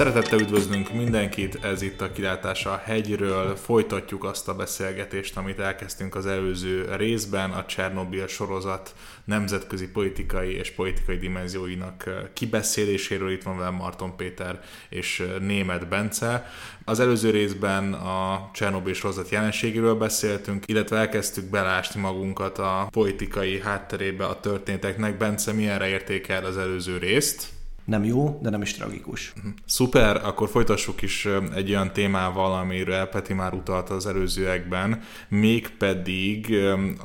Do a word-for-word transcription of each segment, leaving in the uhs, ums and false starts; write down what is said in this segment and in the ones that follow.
Szeretettel üdvözlünk mindenkit, ez itt a Kilátás a hegyről. Folytatjuk azt a beszélgetést, amit elkezdtünk az előző részben, a Csernobil sorozat nemzetközi politikai és politikai dimenzióinak kibeszéléséről. Itt van velem Marton Péter és Németh Bence. Az előző részben a Csernobil sorozat jelenségéről beszéltünk, illetve elkezdtük belásni magunkat a politikai hátterébe a történeteknek. Bence, milyenre értékel az előző részt? Nem jó, de nem is tragikus. Szuper, akkor folytassuk is egy olyan témával, amiről Peti már utalt az előzőekben, mégpedig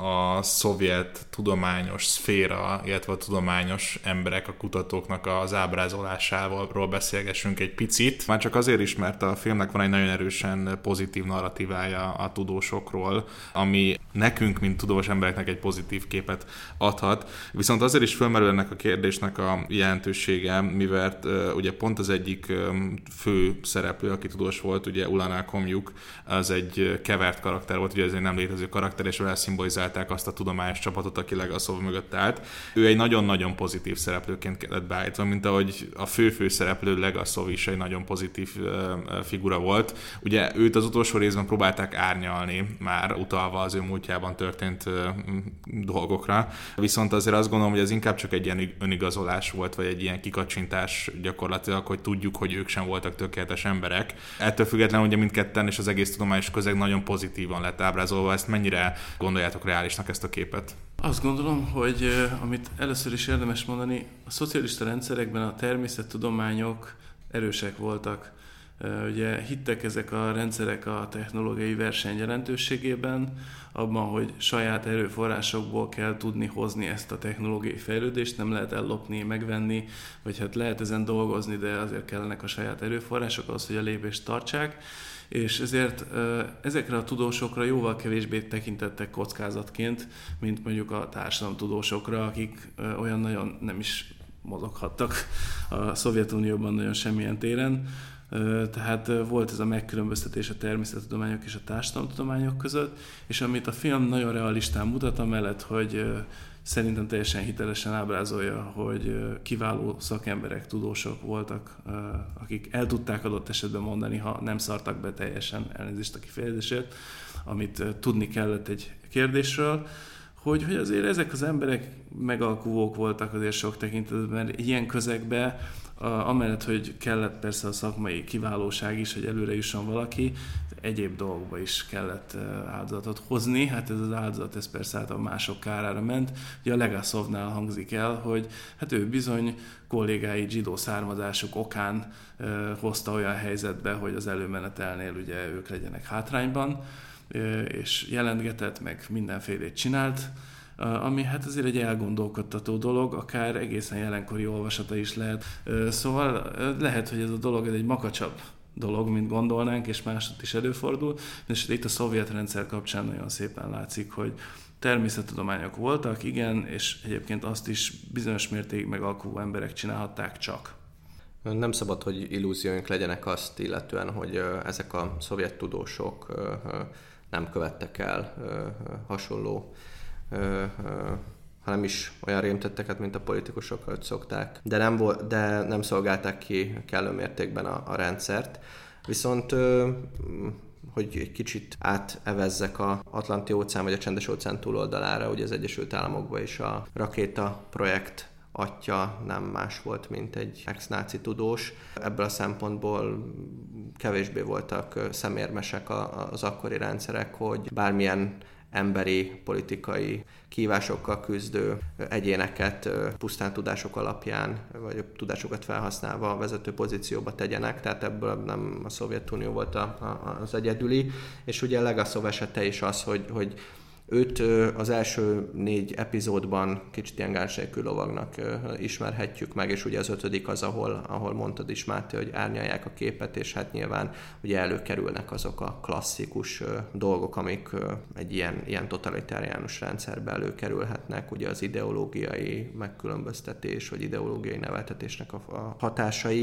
a szovjet tudományos szféra, illetve a tudományos emberek, a kutatóknak az ábrázolásával beszélgessünk egy picit. Már csak azért is, mert a filmnek van egy nagyon erősen pozitív narratívája a tudósokról, ami nekünk, mint tudós embereknek egy pozitív képet adhat. Viszont azért is fölmerül ennek a kérdésnek a jelentősége, mivel uh, ugye pont az egyik um, fő szereplő, aki tudós volt, ugye Ulan Khomjuk, az egy kevert karakter volt, ugye ez egy nem létező karakter, és vele szimbolizálták azt a tudományos csapatot, aki Legasov mögött állt. Ő egy nagyon-nagyon pozitív szereplőként lett beállítva, mint ahogy a fő-fő szereplő Legasov is egy nagyon pozitív uh, figura volt. Ugye őt az utolsó részben próbálták árnyalni, már utalva az ő múltjában történt uh, dolgokra, viszont azért azt gondolom, hogy ez inkább csak egy ilyen önigazolás volt, vagy egy ilyen kikacsintás gyakorlatilag, hogy tudjuk, hogy ők sem voltak tökéletes emberek. Ettől függetlenül ugye mindketten és az egész tudományos közeg nagyon pozitívan lett ábrázolva. Ezt mennyire gondoljátok reálisnak, ezt a képet? Azt gondolom, hogy amit először is érdemes mondani, a szocialista rendszerekben a természettudományok erősek voltak. Ugye hittek ezek a rendszerek a technológiai verseny jelentőségében, abban, hogy saját erőforrásokból kell tudni hozni ezt a technológiai fejlődést, nem lehet ellopni, megvenni, vagy hát lehet ezen dolgozni, de azért kellenek a saját erőforrások ahhoz, hogy a lépést tartsák, és ezért ezekre a tudósokra jóval kevésbé tekintettek kockázatként, mint mondjuk a társadalomtudósokra, akik olyan nagyon nem is mozoghattak a Szovjetunióban nagyon semmilyen téren. Tehát volt ez a megkülönböztetés a természettudományok és a társadalomtudományok között, és amit a film nagyon realistán mutat, amellett, hogy szerintem teljesen hitelesen ábrázolja, hogy kiváló szakemberek, tudósok voltak, akik el tudták adott esetben mondani, ha nem szartak be teljesen, elnézést a kifejezésért, amit tudni kellett egy kérdésről, hogy, hogy azért ezek az emberek megalkuvók voltak azért sok tekintetben, mert ilyen közegben, amellett, hogy kellett persze a szakmai kiválóság is, hogy előre jusson valaki, egyéb dolgokba is kellett áldozatot hozni. Hát ez az áldozat, ez persze hát a mások kárára ment. Ugye a Legasovnál hangzik el, hogy hát ő bizony kollégái zsidó származásuk okán hozta olyan helyzetbe, hogy az előmenetelnél ugye ők legyenek hátrányban, és jelentgetett, meg mindenfélét csinált, ami hát azért egy elgondolkodtató dolog, akár egészen jelenkori olvasata is lehet. Szóval lehet, hogy ez a dolog ez egy makacsabb dolog, mint gondolnánk, és másod is előfordul, és itt a szovjet rendszer kapcsán nagyon szépen látszik, hogy természettudományok voltak, igen, és egyébként azt is bizonyos mértékig megalkuvó emberek csinálhatták csak. Nem szabad, hogy illúzióink legyenek azt illetően, hogy ezek a szovjet tudósok nem követtek el hasonló, hanem is olyan rémtetteket, mint a politikusok, hogy szokták, de nem, volt, de nem szolgálták ki kellő mértékben a, a rendszert. Viszont, hogy egy kicsit átevezzek a Atlanti-óceán vagy a Csendes-óceán túloldalára, ugye az Egyesült Államokban is a rakéta projekt atya nem más volt, mint egy ex-náci tudós. Ebből a szempontból kevésbé voltak szemérmesek az akkori rendszerek, hogy bármilyen emberi, politikai kihívásokkal küzdő egyéneket pusztán tudások alapján, vagy tudásokat felhasználva vezető pozícióba tegyenek, tehát ebből nem a Szovjetunió volt a, a, az egyedüli, és ugye Legasov esete is az, hogy, hogy őt az első négy epizódban kicsit ilyen gánsnélkül lovagnak ismerhetjük meg, és ugye az ötödik az, ahol, ahol mondtad is, Máté, hogy árnyalják a képet, és hát nyilván ugye előkerülnek azok a klasszikus dolgok, amik egy ilyen, ilyen totalitáriánus rendszerbe előkerülhetnek, ugye az ideológiai megkülönböztetés, vagy ideológiai neveltetésnek a hatásai, a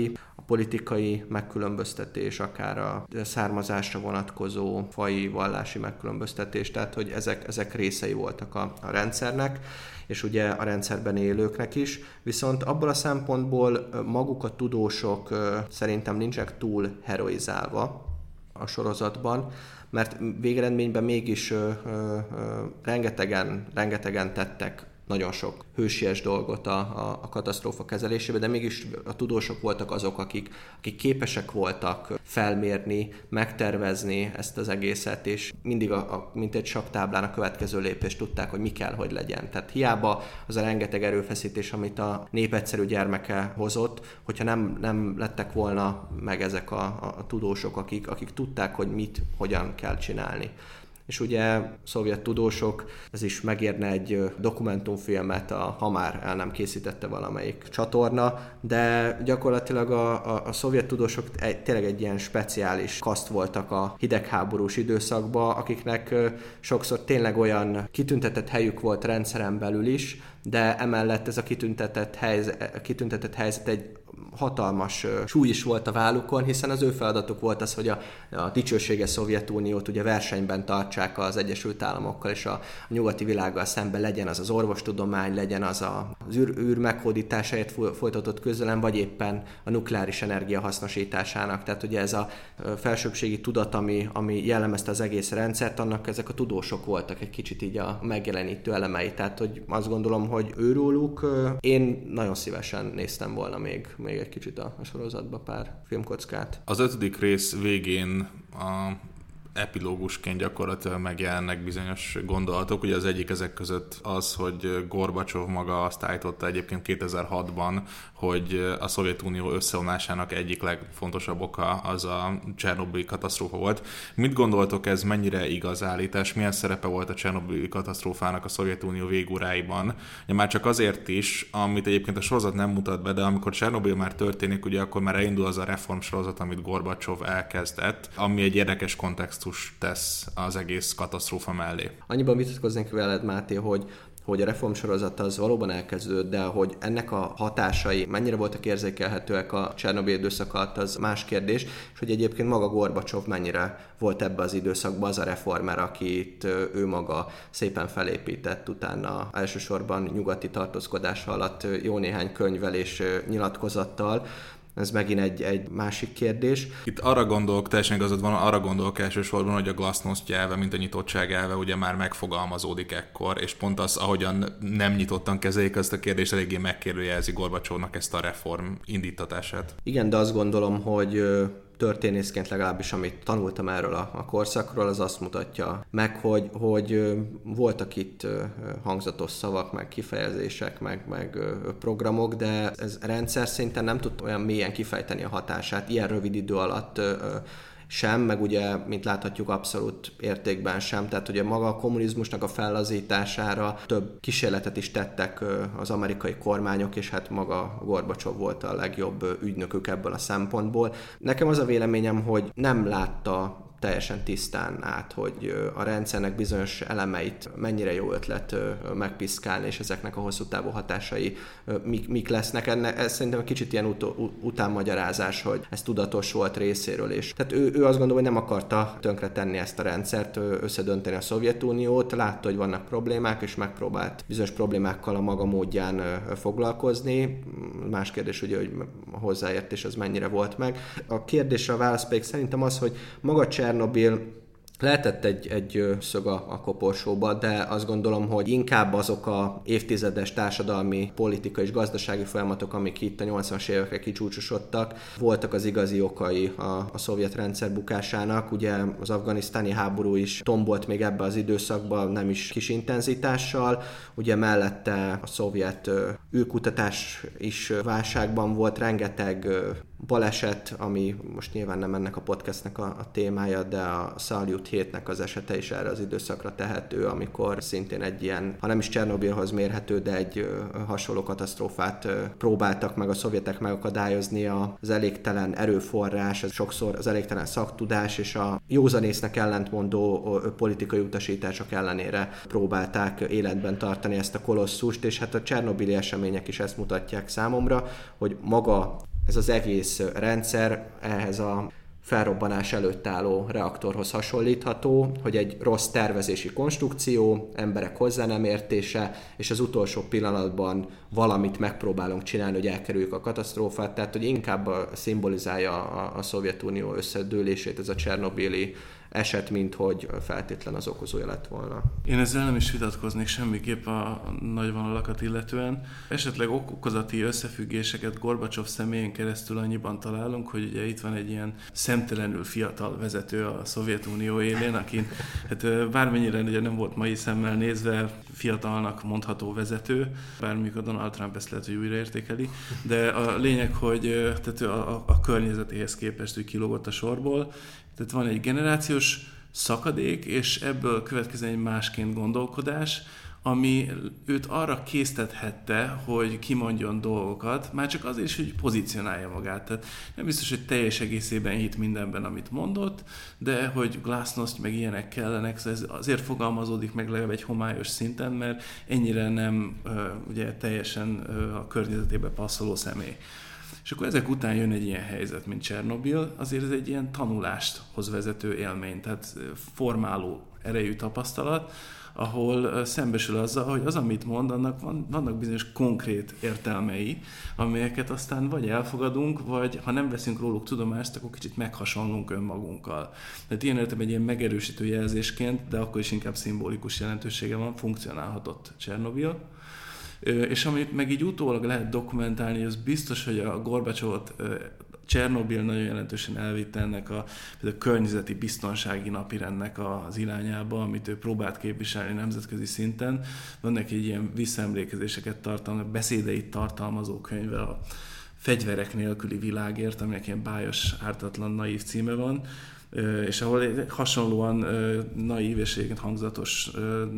politikai megkülönböztetés, akár a származásra vonatkozó faji, vallási megkülönböztetés, tehát hogy ezek, ezek részei voltak a, a rendszernek, és ugye a rendszerben élőknek is, viszont abból a szempontból maguk a tudósok szerintem nincsenek túl heroizálva a sorozatban, mert végeredményben mégis ö, ö, ö, rengetegen, rengetegen tettek nagyon sok hősies dolgot a, a, a katasztrófa kezelésébe, de mégis a tudósok voltak azok, akik, akik képesek voltak felmérni, megtervezni ezt az egészet, és mindig, a, a, mint egy saktáblán a következő lépést tudták, hogy mi kell, hogy legyen. Tehát hiába az a rengeteg erőfeszítés, amit a nép egyszerű gyermeke hozott, hogyha nem, nem lettek volna meg ezek a, a, a tudósok, akik, akik tudták, hogy mit, hogyan kell csinálni. És ugye szovjet tudósok, ez is megérne egy dokumentumfilmet, a, ha már el nem készítette valamelyik csatorna, de gyakorlatilag a, a, a szovjet tudósok egy, tényleg egy ilyen speciális kaszt voltak a hidegháborús időszakban, akiknek sokszor tényleg olyan kitüntetett helyük volt rendszeren belül is, de emellett ez a kitüntetett helyzet, kitüntetett helyzet egy hatalmas súly is volt a vállukon, hiszen az ő feladatuk volt az, hogy a, a dicsőséges Szovjetuniót ugye versenyben tartsák az Egyesült Államokkal és a, a nyugati világgal szemben, legyen az az orvostudomány, legyen az a, az űr, űr meghódításáért folytatott küzdelem, vagy éppen a nukleáris energia hasznosításának. Tehát ugye ez a felsőbbségi tudat, ami, ami jellemezte az egész rendszert, annak ezek a tudósok voltak egy kicsit így a megjelenítő elemei. Tehát hogy azt gondolom, hogy őróluk én nagyon szívesen néztem volna még, még egy kicsit a, a sorozatba pár filmkockát. Az ötödik rész végén a epilógusként gyakorlatilag megjelennek bizonyos gondolatok. Ugye az egyik ezek között az, hogy Gorbacsov maga azt állította egyébként kétezer-hatban, hogy a Szovjetunió összeomlásának egyik legfontosabb oka az a Csernobili katasztrófa volt. Mit gondoltok, ez mennyire igaz állítás? Milyen szerepe volt a Csernobili katasztrófának a Szovjetunió végóráiban? Ja, már csak azért is, amit egyébként a sorozat nem mutat be, de amikor Csernobil már történik, ugye akkor már elindul az a reformsorozat, amit Gorbacsov elkezdett, ami egy érdekes kontextus tesz az egész katasztrófa mellé. Annyiban vitatkoznék veled, Máté, hogy hogy a reformsorozat az valóban elkezdődött, de hogy ennek a hatásai mennyire voltak érzékelhetőek a Csernobil időszak alatt, az más kérdés, és hogy egyébként maga Gorbacsov mennyire volt ebbe az időszakban az a reformer, akit ő maga szépen felépített, utána elsősorban nyugati tartózkodása alatt jó néhány könyvvel és nyilatkozattal. Ez megint egy, egy másik kérdés. Itt arra gondolok, teljesen igazad van, arra gondolok elsősorban, hogy a glasznost elve, mint a nyitottság elve ugye már megfogalmazódik ekkor, és pont az, ahogyan nem nyitottan kezelik ezt a kérdést, eléggé megkérdőjelezi Gorbacsovnak ezt a reform indítatását. Igen, de azt gondolom, hogy történészként legalábbis, amit tanultam erről a, a korszakról, az azt mutatja meg, hogy, hogy voltak itt hangzatos szavak, meg kifejezések, meg, meg programok, de ez rendszer szinten nem tud olyan mélyen kifejteni a hatását ilyen rövid idő alatt sem, meg ugye, mint láthatjuk, abszolút értékben sem. Tehát ugye maga a kommunizmusnak a fellazítására több kísérletet is tettek az amerikai kormányok, és hát maga Gorbacsov volt a legjobb ügynökük ebből a szempontból. Nekem az a véleményem, hogy nem látta teljesen tisztán át, hogy a rendszernek bizonyos elemeit mennyire jó ötlet megpiszkálni, és ezeknek a hosszú távú hatásai mik, mik lesznek. Enne, ez szerintem egy kicsit ilyen ut- utánmagyarázás, hogy ez tudatos volt részéről is. Tehát ő, ő azt gondolom, hogy nem akarta tönkretenni ezt a rendszert, összedönteni a Szovjetuniót, látta, hogy vannak problémák, és megpróbált bizonyos problémákkal a maga módján foglalkozni. Más kérdés ugye, hogy a hozzáértés az mennyire volt meg. A kérdésre a válasz pedig szerintem az, hogy maga Csernobil lehetett egy, egy szög a, a koporsóba, de azt gondolom, hogy inkább azok a évtizedes társadalmi, politikai és gazdasági folyamatok, amik itt a nyolcvanas évekre kicsúcsosodtak, voltak az igazi okai a, a szovjet rendszer bukásának. Ugye az afganisztáni háború is tombolt még ebbe az időszakban, nem is kis intenzitással. Ugye mellette a szovjet űrkutatás is válságban volt, rengeteg baleset, ami most nyilván nem ennek a podcastnek a, a témája, de a Saljut hétnek az esete is erre az időszakra tehető, amikor szintén egy ilyen, ha nem is Csernobilhoz mérhető, de egy ö, hasonló katasztrófát ö, próbáltak meg a szovjetek megakadályozni, az elégtelen erőforrás, az sokszor az elégtelen szaktudás és a józanésznek ellentmondó ö, politikai utasítások ellenére próbálták életben tartani ezt a kolosszust, és hát a csernobili események is ezt mutatják számomra, hogy maga ez az egész rendszer ehhez a felrobbanás előtt álló reaktorhoz hasonlítható, hogy egy rossz tervezési konstrukció, emberek hozzá nem értése, és az utolsó pillanatban valamit megpróbálunk csinálni, hogy elkerüljük a katasztrófát, tehát hogy inkább szimbolizálja a, a Szovjetunió összedőlését ez a csernobili eset, mint hogy feltétlen az okozója lett volna. Én ezzel nem is vitatkoznék semmiképp a nagy vonalakat illetően. Esetleg okozati összefüggéseket Gorbacsov személyén keresztül annyiban találunk, hogy ugye itt van egy ilyen szemtelenül fiatal vezető a Szovjetunió élén, aki hát bármennyire ugye nem volt mai szemmel nézve fiatalnak mondható vezető, bármikor Donald Trump ezt lehet, hogy újraértékeli, de a lényeg, hogy tehát a, a, a környezetéhez képest, hogy kilógott a sorból. Tehát van egy generációs szakadék, és ebből következően egy másként gondolkodás, ami őt arra késztethette, hogy kimondjon dolgokat, már csak azért is, hogy pozícionálja magát. Tehát nem biztos, hogy teljes egészében hitt mindenben, amit mondott, de hogy glasnost, meg ilyenek kellenek, ez azért fogalmazódik meg legalább egy homályos szinten, mert ennyire nem ugye, teljesen a környezetébe passzoló személy. És akkor ezek után jön egy ilyen helyzet, mint Csernobil, azért ez egy ilyen tanulást hoz vezető élmény, tehát formáló erejű tapasztalat, ahol szembesül azzal, hogy az, amit mond, annak van, vannak bizonyos konkrét értelmei, amelyeket aztán vagy elfogadunk, vagy ha nem veszünk róluk tudomást, akkor kicsit meghasonlunk önmagunkkal. Tehát ilyen értelemben egy ilyen megerősítő jelzésként, de akkor is inkább szimbolikus jelentősége van, funkcionálhatott Csernobil. És amit meg így utólag lehet dokumentálni, az biztos, hogy a Gorbacsovot Csernobil nagyon jelentősen elvitte ennek a, a környezeti biztonsági napirendnek az irányába, amit ő próbált képviselni nemzetközi szinten. Van neki egy ilyen visszaemlékezéseket tartalmazó, beszédeit tartalmazó könyve a Fegyverek nélküli világért, aminek ilyen bájos, ártatlan, naív címe van, és ahol hasonlóan naív és hangzatos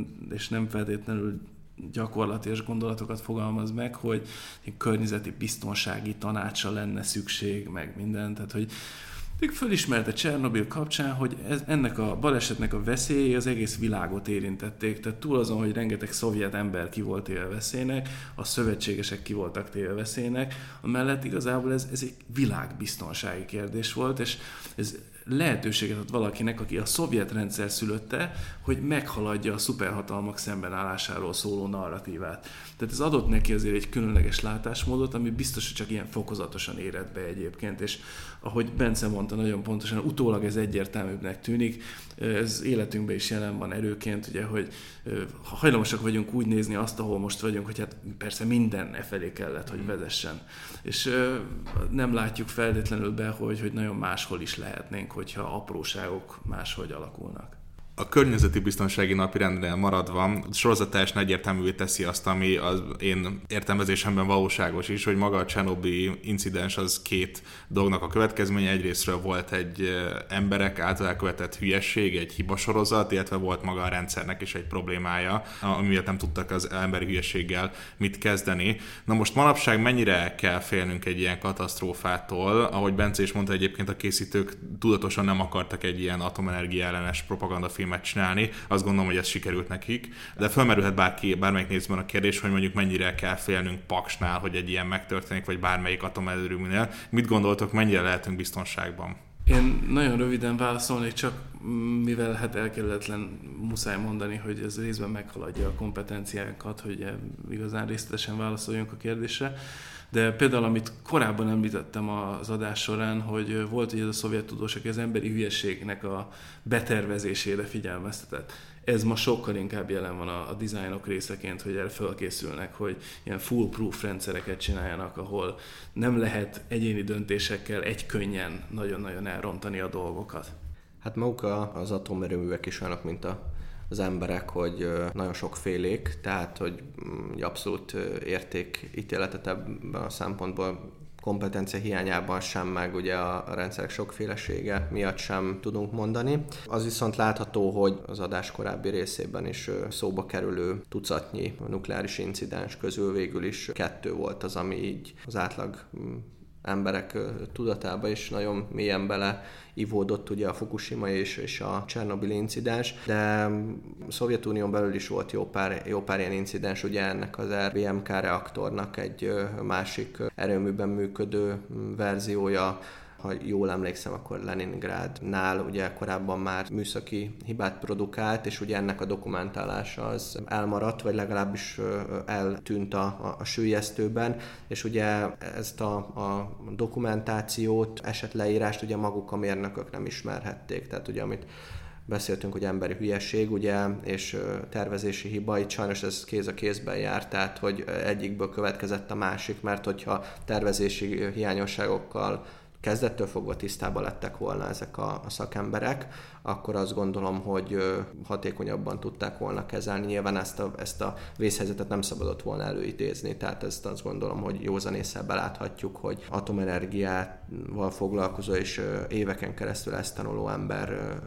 és nem feltétlenül gyakorlatilag gondolatokat fogalmaz meg, hogy környezeti biztonsági tanácsra lenne szükség, meg minden, tehát hogy ők fölismerte Csernobil kapcsán, hogy ez, ennek a balesetnek a veszélyei az egész világot érintették, tehát túl azon, hogy rengeteg szovjet ember ki volt téve veszélynek, a szövetségesek ki voltak téve veszélynek, amellett igazából ez, ez egy világbiztonsági kérdés volt, és ez lehetőséget ad valakinek, aki a szovjet rendszer szülötte, hogy meghaladja a szuperhatalmak szembenállásáról szóló narratívát. Tehát ez adott neki azért egy különleges látásmódot, ami biztos, hogy csak ilyen fokozatosan érett be egyébként, és ahogy Bence mondta nagyon pontosan, utólag ez egyértelműbbnek tűnik, ez életünkben is jelen van erőként, ugye, hogy hajlamosak vagyunk úgy nézni azt, ahol most vagyunk, hogy hát persze minden e felé kellett, hogy vezessen. És nem látjuk feltétlenül be, hogy, hogy nagyon máshol is lehetnénk, hogyha apróságok máshogy alakulnak. A környezeti biztonsági napirendnél maradva, a sorozat teljesen egyértelművé teszi azt, ami az én értelmezésemben valóságos is, hogy maga a Csernobili incidens az két dolognak a következménye. Egyrésztről volt egy emberek által elkövetett hülyesség, egy hibasorozat, illetve volt maga a rendszernek is egy problémája, ami miatt nem tudtak az emberi hülyességgel mit kezdeni. Na most manapság mennyire kell félnünk egy ilyen katasztrófától? Ahogy Bence is mondta, egyébként a készítők tudatosan nem akartak egy ilyen atomenergia ellenes propagandafilmet csinálni, azt gondolom, hogy ez sikerült nekik, de felmerülhet bárki, bármelyik nézőben a kérdés, hogy mondjuk mennyire kell félnünk Paksnál, hogy egy ilyen megtörténik, vagy bármelyik atomerőműnél. Mit gondoltok, mennyire lehetünk biztonságban? Én nagyon röviden válaszolnék, csak mivel hát elkerülhetetlen muszáj mondani, hogy ez részben meghaladja a kompetenciánkat, hogy igazán részletesen válaszoljunk a kérdésre. De például, amit korábban említettem az adás során, hogy volt ugye ez a szovjet tudós, aki az emberi hülyeségnek a betervezésére figyelmeztetett. Ez ma sokkal inkább jelen van a, a dizájnok részeként, hogy erre felkészülnek, hogy ilyen foolproof rendszereket csináljanak, ahol nem lehet egyéni döntésekkel egykönnyen nagyon-nagyon elrontani a dolgokat. Hát maguk az atomerőművek is olyanok, mint a az emberek, hogy nagyon sokfélék, tehát hogy abszolút értékítéletet ebben a szempontból kompetencia hiányában sem, meg ugye a rendszerek sokfélesége miatt sem tudunk mondani. Az viszont látható, hogy az adás korábbi részében is szóba kerülő tucatnyi nukleáris incidens közül végül is kettő volt az, ami így az átlag emberek tudatába, és nagyon mélyen bele ivódott ugye a Fukushima és, és a Csernobili incidens, de a Szovjetunión belül is volt jó pár, jó pár ilyen incidens, ugye ennek az er bé em ká reaktornak egy másik erőműben működő verziója, ha jól emlékszem, akkor Leningrádnál ugye korábban már műszaki hibát produkált, és ugye ennek a dokumentálása az elmaradt, vagy legalábbis eltűnt a, a, a süllyesztőben, és ugye ezt a, a dokumentációt, esetleírást ugye maguk a mérnökök nem ismerhették, tehát ugye amit beszéltünk, hogy emberi hülyeség, ugye, és tervezési hiba, itt sajnos ez kéz a kézben jár, tehát hogy egyikből következett a másik, mert hogyha tervezési hiányosságokkal kezdettől fogva tisztában lettek volna ezek a, a szakemberek, akkor azt gondolom, hogy hatékonyabban tudták volna kezelni. Nyilván ezt a, ezt a vészhelyzetet nem szabadott volna előidézni, tehát ezt azt gondolom, hogy józanésszel beláthatjuk, hogy atomenergiával foglalkozó és éveken keresztül ezt tanuló ember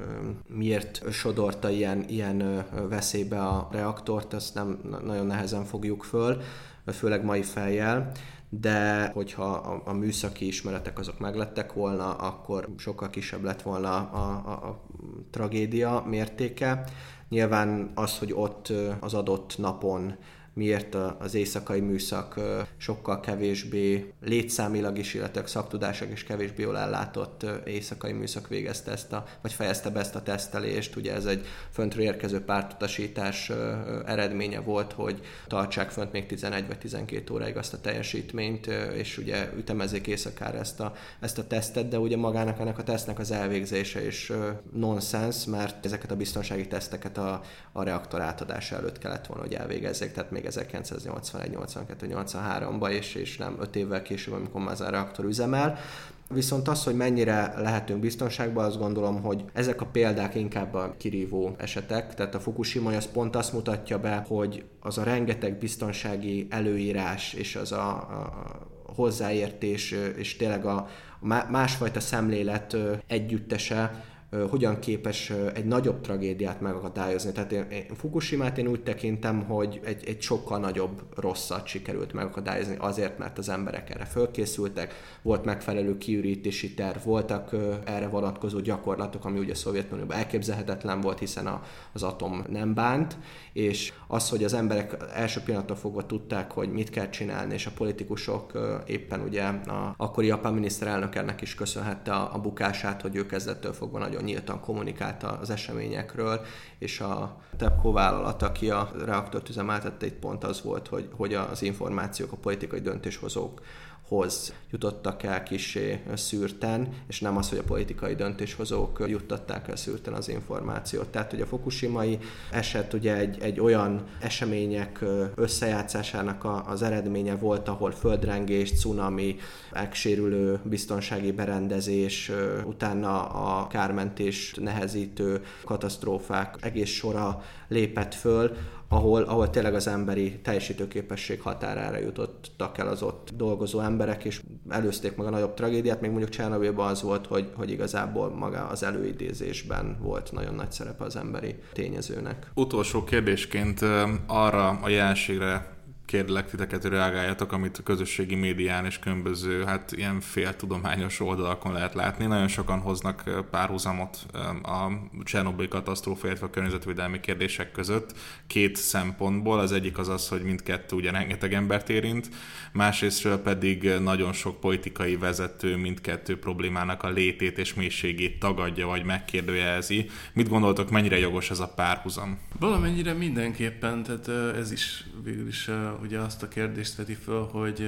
miért sodorta ilyen, ilyen veszélybe a reaktort, azt nem nagyon nehezen fogjuk föl, főleg mai fejjel. De hogyha a, a műszaki ismeretek azok meglettek volna, akkor sokkal kisebb lett volna a, a, a tragédia mértéke. Nyilván az, hogy ott az adott napon miért az éjszakai műszak sokkal kevésbé létszámilag is, illetve szaktudások is kevésbé jól ellátott éjszakai műszak végezte ezt a, vagy fejezte be ezt a tesztelést. Ugye ez egy föntről érkező pártutasítás eredménye volt, hogy tartsák fönt még tizenegy vagy tizenkét óráig azt a teljesítményt, és ugye ütemezzék éjszakára ezt a, ezt a tesztet, de ugye magának ennek a tesztnek az elvégzése is nonsens, mert ezeket a biztonsági teszteket a, a reaktor átadása előtt kellett volna, hogy elvégezzék, tehát még ezerkilencszáznyolcvanegy, nyolcvankettő, nyolcvanháromban, és, és nem öt évvel később, amikor már ez a reaktor üzemel. Viszont az, hogy mennyire lehetünk biztonságban, azt gondolom, hogy ezek a példák inkább a kirívó esetek, tehát a Fukushima az pont azt mutatja be, hogy az a rengeteg biztonsági előírás és az a, a hozzáértés és tényleg a másfajta szemlélet együttese hogyan képes egy nagyobb tragédiát megakadályozni. Tehát én, én Fukushimát én úgy tekintem, hogy egy, egy sokkal nagyobb rosszat sikerült megakadályozni azért, mert az emberek erre fölkészültek, volt megfelelő kiürítési terv, voltak erre vonatkozó gyakorlatok, ami ugye Szovjetunióban elképzelhetetlen volt, hiszen a, az atom nem bánt, és az, hogy az emberek első pillanattól fogva tudták, hogy mit kell csinálni, és a politikusok éppen ugye a akkori japán miniszterelnök ennek is köszönhette a, a bukását, hogy ő kezdettől fogva nagyon nyíltan kommunikálta az eseményekről, és a TEPCO vállalat, aki a reaktort üzemeltette, itt pont az volt, hogy, hogy az információk a politikai döntéshozókhoz jutottak el kissé szűrten, és nem az, hogy a politikai döntéshozók juttatták el szűrten az információt. Tehát, hogy a fukushimai eset ugye egy, egy olyan események összejátszásának a, az eredménye volt, ahol földrengés, cunami, megsérülő biztonsági berendezés, utána a kármentést nehezítő katasztrófák egész sora lépett föl, ahol, ahol tényleg az emberi teljesítőképesség határára jutottak el az ott dolgozó emberek, és előzték meg a nagyobb tragédiát. Még mondjuk Csernobilban az volt, hogy, hogy igazából maga az előidézésben volt nagyon nagy szerepe az emberi tényezőnek. Utolsó kérdésként arra a jelenségre kérlek titeket, hogy reagáljatok, amit a közösségi médián és különböző, hát ilyen féltudományos oldalakon lehet látni. Nagyon sokan hoznak párhuzamot a Csernobili katasztrófa, illetve a környezetvédelmi kérdések között két szempontból. Az egyik az az, hogy mindkettő ugye rengeteg embert érint, másrésztről pedig nagyon sok politikai vezető mindkettő problémának a létét és mélységét tagadja vagy megkérdőjelezi. Mit gondoltok, mennyire jogos ez a párhuzam? Valamennyire mindenképpen, tehát ez is végül is ugye azt a kérdést veti föl, hogy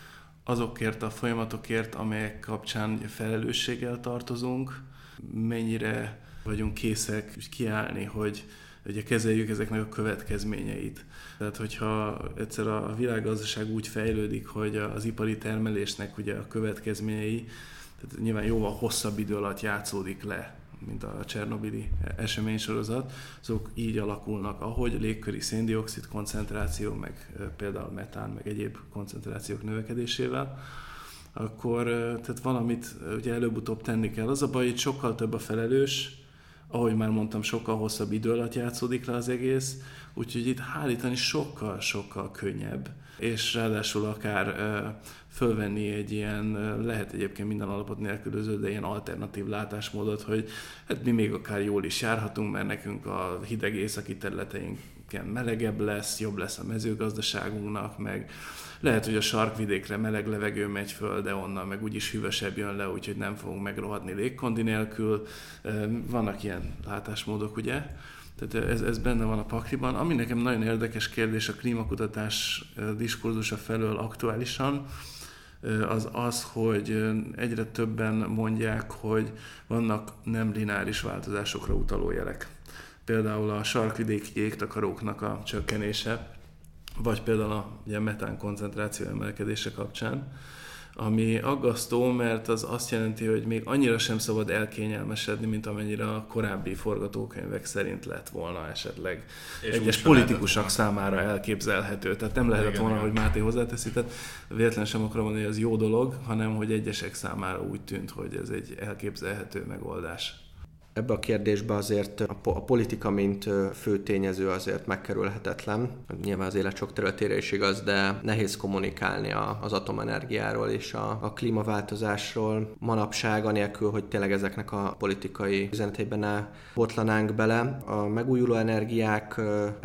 azokért a folyamatokért, amelyek kapcsán felelősséggel tartozunk, mennyire vagyunk készek kiállni, hogy ugye kezeljük ezeknek a következményeit. Tehát, hogyha egyszer a világgazdaság úgy fejlődik, hogy az ipari termelésnek ugye a következményei, tehát nyilván jóval hosszabb idő alatt játszódik le, mint a csernobili eseménysorozat, azok így alakulnak, ahogy légköri széndioxid koncentráció, meg például metán, meg egyéb koncentrációk növekedésével, akkor tehát valamit ugye előbb-utóbb tenni kell. Az a baj, hogy sokkal több a felelős, ahogy már mondtam, sokkal hosszabb idő alatt játszódik le az egész, úgyhogy itt hárítani sokkal-sokkal könnyebb, és ráadásul akár fölvenni egy ilyen, lehet egyébként minden alapot nélkülöző, de ilyen alternatív látásmódot, hogy hát mi még akár jól is járhatunk, mert nekünk a hideg északi területeinken melegebb lesz, jobb lesz a mezőgazdaságunknak, meg lehet, hogy a sarkvidékre meleg levegő megy föl, de onnan meg úgyis hűvösebb jön le, úgyhogy nem fogunk megrohadni légkondi nélkül. Vannak ilyen látásmódok, ugye? Tehát ez, ez benne van a pakliban. Ami nekem nagyon érdekes kérdés a klímakutatás diskurzusa felől aktuálisan, az az, hogy egyre többen mondják, hogy vannak nem lineáris változásokra utaló jelek. Például a sarkvidéki jégtakaróknak a csökkenése, vagy például a ugye, metán koncentráció emelkedése kapcsán, ami aggasztó, mert az azt jelenti, hogy még annyira sem szabad elkényelmesedni, mint amennyire a korábbi forgatókönyvek szerint lett volna esetleg és egyes politikusok számára elképzelhető. Tehát nem lehetett igen, volna, igen. hogy Máté hozzáteszi, tehát véletlenül sem akarom mondani, hogy ez jó dolog, hanem hogy egyesek számára úgy tűnt, hogy ez egy elképzelhető megoldás. Ebbe a kérdésbe azért a politika, mint fő tényező azért megkerülhetetlen. Nyilván az élet sok területére is igaz, de nehéz kommunikálni az atomenergiáról és a, a klímaváltozásról manapság, anélkül, hogy tényleg ezeknek a politikai üzeneteiben ne botlanánk bele. A megújuló energiák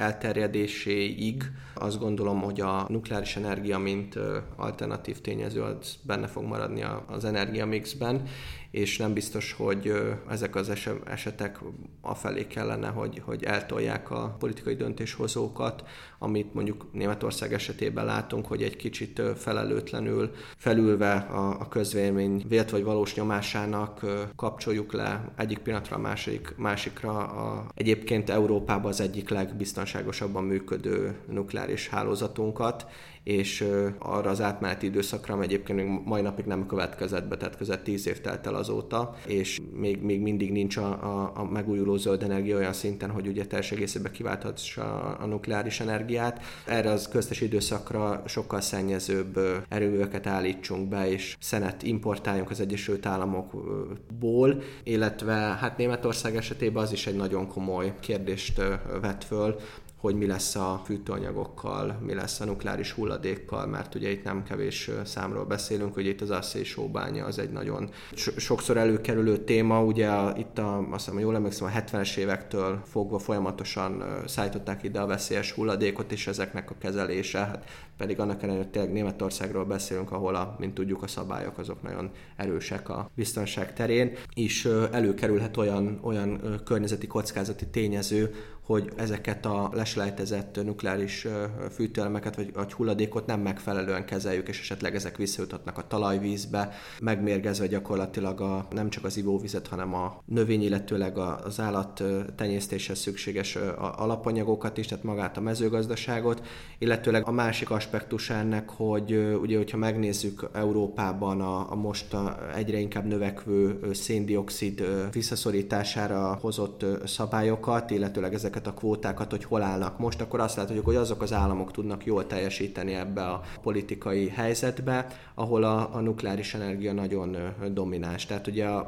elterjedéséig azt gondolom, hogy a nukleáris energia, mint alternatív tényező, az benne fog maradni az energiamixben, és nem biztos, hogy ezek az esetek afelé kellene, hogy, hogy eltolják a politikai döntéshozókat, amit mondjuk Németország esetében látunk, hogy egy kicsit felelőtlenül felülve a, a közvélemény vélt vagy valós nyomásának kapcsoljuk le egyik pillanatra a másik, másikra a, egyébként Európában az egyik legbiztonságosabban működő nukleáris hálózatunkat, és arra az átmeneti időszakra, ami egyébként még mai napig nem következett be, tehát közel tíz év telt el azóta, és még, még mindig nincs a, a, a megújuló zöld energia olyan szinten, hogy ugye teljes egészében kiválthassa a nukleáris energiát. Erre az köztes időszakra sokkal szennyezőbb erőműveket állítsunk be, és szenet importáljunk az Egyesült Államokból, illetve hát Németország esetében az is egy nagyon komoly kérdést vet föl, hogy mi lesz a fűtőanyagokkal, mi lesz a nukleáris hulladékkal, mert ugye itt nem kevés számról beszélünk, hogy itt az arszénsóbánya az egy nagyon so- sokszor előkerülő téma, ugye a, itt a, azt hiszem, jól emlékszem, a hetvenes évektől fogva folyamatosan szállították ide a veszélyes hulladékot, és ezeknek a kezelése, hát pedig annak ellenére, hogy tényleg Németországról beszélünk, ahol, a, mint tudjuk, a szabályok azok nagyon erősek a biztonság terén, és előkerülhet olyan, olyan környezeti kockázati tényező, hogy ezeket a leselejtezett nukleáris fűtőelemeket vagy, vagy hulladékot nem megfelelően kezeljük, és esetleg ezek visszajutatnak a talajvízbe, megmérgezve gyakorlatilag a, nem csak az ivóvizet, hanem a növény, illetőleg az állat tenyésztéshez szükséges alapanyagokat is, tehát magát a mezőgazdaságot, illetőleg a másik aspektus ennek, hogy ugye, hogyha megnézzük Európában a, a most a egyre inkább növekvő széndioxid visszaszorítására hozott szabályokat, illetőleg ezek a kvótákat, hogy hol állnak most, akkor azt látjuk, hogy azok az államok tudnak jól teljesíteni ebbe a politikai helyzetbe, ahol a, a nukleáris energia nagyon domináns. Tehát ugye a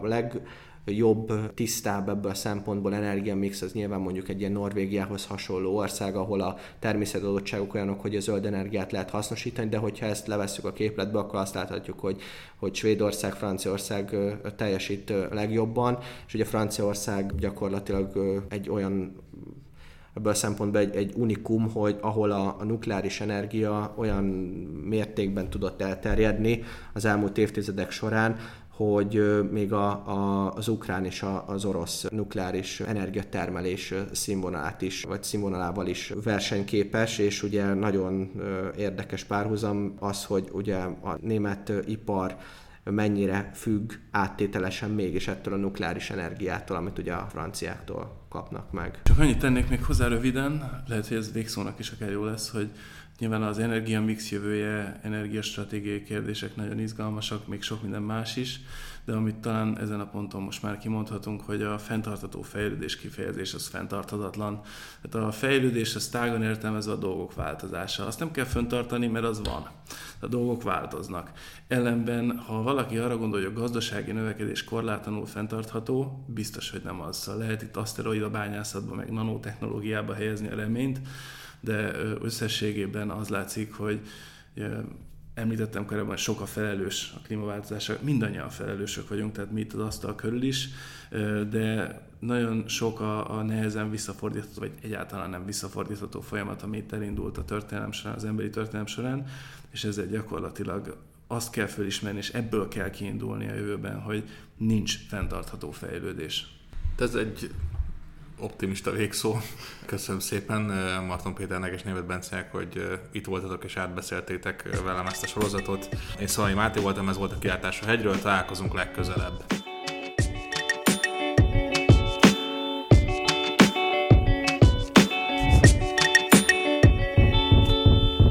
legjobb, tisztább ebből a szempontból energiamix az nyilván mondjuk egy ilyen Norvégiához hasonló ország, ahol a természeti adottságok olyanok, hogy a zöld energiát lehet hasznosítani, de hogyha ezt levesszük a képletbe, akkor azt láthatjuk, hogy, hogy Svédország, Franciaország teljesít legjobban, és ugye Franciaország gyakorlatilag egy olyan ebből a szempontból egy, egy unikum, hogy ahol a, a nukleáris energia olyan mértékben tudott elterjedni az elmúlt évtizedek során, hogy még a, a, az ukrán és a, az orosz nukleáris energiatermelés színvonalát is, vagy színvonalával is versenyképes, és ugye nagyon érdekes párhuzam az, hogy ugye a német ipar mennyire függ áttételesen mégis ettől a nukleáris energiától, amit ugye a franciáktól kapnak meg. Csak annyit tennék még hozzá röviden, lehet, hogy ez végszónak is akár jó lesz, hogy nyilván az energiamix jövője, energiastratégiai kérdések nagyon izgalmasak, még sok minden más is, de amit talán ezen a ponton most már kimondhatunk, hogy a fenntartható fejlődés kifejezés az fenntarthatatlan. Tehát a fejlődés az tágan értelmezve a dolgok változása. Azt nem kell fenntartani, mert az van. A dolgok változnak. Ellenben, ha valaki arra gondol, hogy a gazdasági növekedés korlátlanul fenntartható, biztos, hogy nem az. Lehet itt aszteroida bányászatba, meg nanotechnológiába helyezni a reményt, de összességében az látszik, hogy említettem korábban, sok a felelős a klímaváltozásra, mindannyian felelősök vagyunk, tehát mi itt az asztal körül is, de nagyon sok a, a nehezen visszafordítható, vagy egyáltalán nem visszafordítható folyamat, ami itt elindult a történelem során, az emberi történelem során, és ezzel gyakorlatilag azt kell fölismerni, és ebből kell kiindulni a jövőben, hogy nincs fenntartható fejlődés. Ez egy optimista végszó. Köszönöm szépen Marton Péternek és Németh Bencének, hogy itt voltatok és átbeszéltétek velem ezt a sorozatot. Én Szalai Máté voltam, ez volt a Kilátás a hegyről, találkozunk legközelebb.